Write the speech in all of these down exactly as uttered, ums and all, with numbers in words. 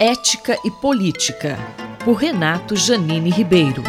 Ética e Política, por Renato Janine Ribeiro.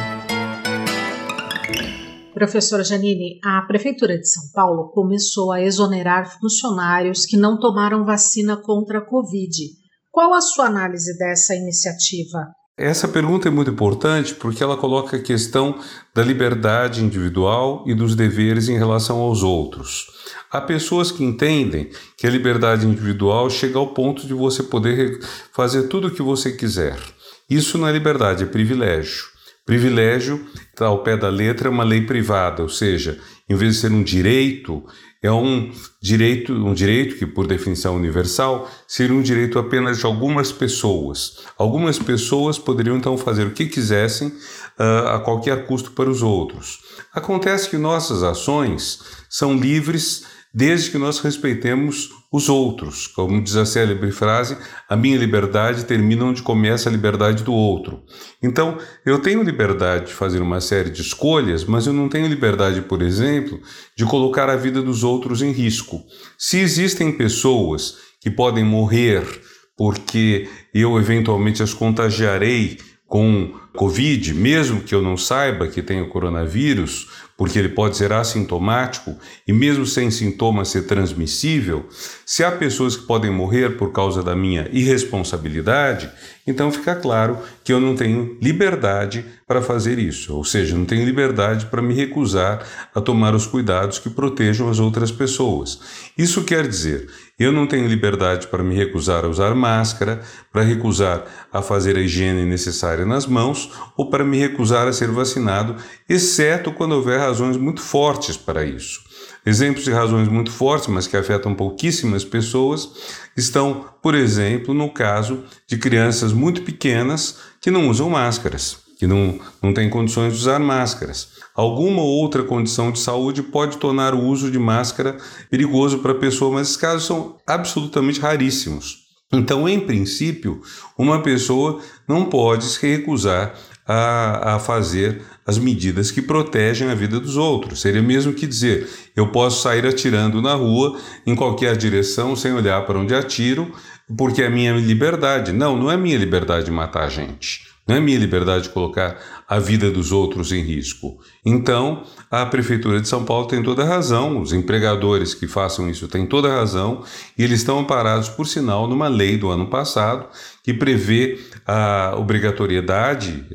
Professora Janine, a Prefeitura de São Paulo começou a exonerar funcionários que não tomaram vacina contra a Covid. Qual a sua análise dessa iniciativa? Essa pergunta é muito importante porque ela coloca a questão da liberdade individual e dos deveres em relação aos outros. Há pessoas que entendem que a liberdade individual chega ao ponto de você poder fazer tudo o que você quiser. Isso não é liberdade, é privilégio. Privilégio, está ao pé da letra, é uma lei privada, ou seja, em vez de ser um direito, é um direito, um direito que, por definição universal, seria um direito apenas de algumas pessoas. Algumas pessoas poderiam, então, fazer o que quisessem uh, a qualquer custo para os outros. Acontece que nossas ações são livres desde que nós respeitemos os outros. Como diz a célebre frase, a minha liberdade termina onde começa a liberdade do outro. Então, eu tenho liberdade de fazer uma série de escolhas, mas eu não tenho liberdade, por exemplo, de colocar a vida dos outros em risco. Se existem pessoas que podem morrer porque eu eventualmente as contagiarei com Covid, mesmo que eu não saiba que tenho coronavírus, porque ele pode ser assintomático e mesmo sem sintomas ser transmissível, se há pessoas que podem morrer por causa da minha irresponsabilidade, então fica claro que eu não tenho liberdade para fazer isso, ou seja, não tenho liberdade para me recusar a tomar os cuidados que protejam as outras pessoas. Isso quer dizer, eu não tenho liberdade para me recusar a usar máscara, para recusar a fazer a higiene necessária nas mãos ou para me recusar a ser vacinado, exceto quando houver razões muito fortes para isso. Exemplos de razões muito fortes, mas que afetam pouquíssimas pessoas, estão, por exemplo, no caso de crianças muito pequenas que não usam máscaras, que não, não têm condições de usar máscaras. Alguma outra condição de saúde pode tornar o uso de máscara perigoso para a pessoa, mas esses casos são absolutamente raríssimos. Então, em princípio, uma pessoa não pode se recusar a, a fazer as medidas que protegem a vida dos outros. Seria mesmo que dizer, eu posso sair atirando na rua, em qualquer direção, sem olhar para onde atiro, porque é minha liberdade. Não, não é minha liberdade matar a gente. Não é minha liberdade de colocar a vida dos outros em risco. Então, a Prefeitura de São Paulo tem toda a razão, os empregadores que façam isso têm toda a razão, e eles estão amparados, por sinal, numa lei do ano passado, que prevê a obrigatoriedade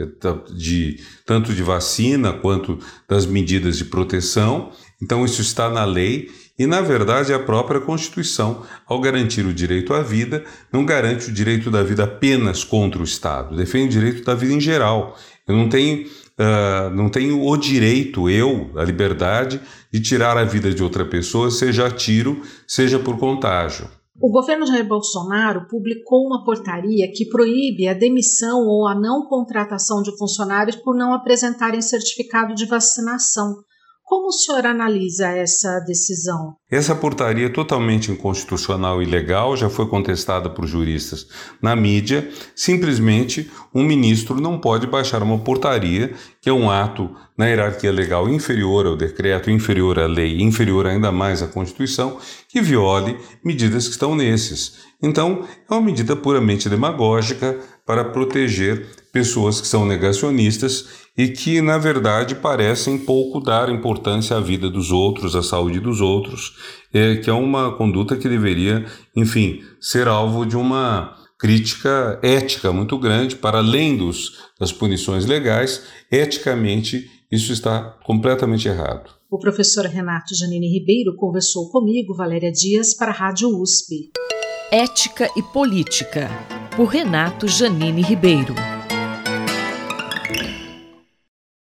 de, tanto de vacina quanto das medidas de proteção. Então, isso está na lei. E, na verdade, a própria Constituição, ao garantir o direito à vida, não garante o direito da vida apenas contra o Estado, defende o direito da vida em geral. Eu não tenho, uh, não tenho o direito, eu, a liberdade, de tirar a vida de outra pessoa, seja a tiro, seja por contágio. O governo Jair Bolsonaro publicou uma portaria que proíbe a demissão ou a não contratação de funcionários por não apresentarem certificado de vacinação. Como o senhor analisa essa decisão? Essa portaria é totalmente inconstitucional e ilegal, já foi contestada por juristas na mídia. Simplesmente, um ministro não pode baixar uma portaria, que é um ato na hierarquia legal inferior ao decreto, inferior à lei, inferior ainda mais à Constituição, que viole medidas que estão nesses. Então, é uma medida puramente demagógica para proteger pessoas que são negacionistas e que, na verdade, parecem pouco dar importância à vida dos outros, à saúde dos outros, é, que é uma conduta que deveria, enfim, ser alvo de uma crítica ética muito grande, para além dos, das punições legais. Eticamente, isso está completamente errado. O professor Renato Janine Ribeiro conversou comigo, Valéria Dias, para a Rádio U S P. Ética e Política, por Renato Janine Ribeiro.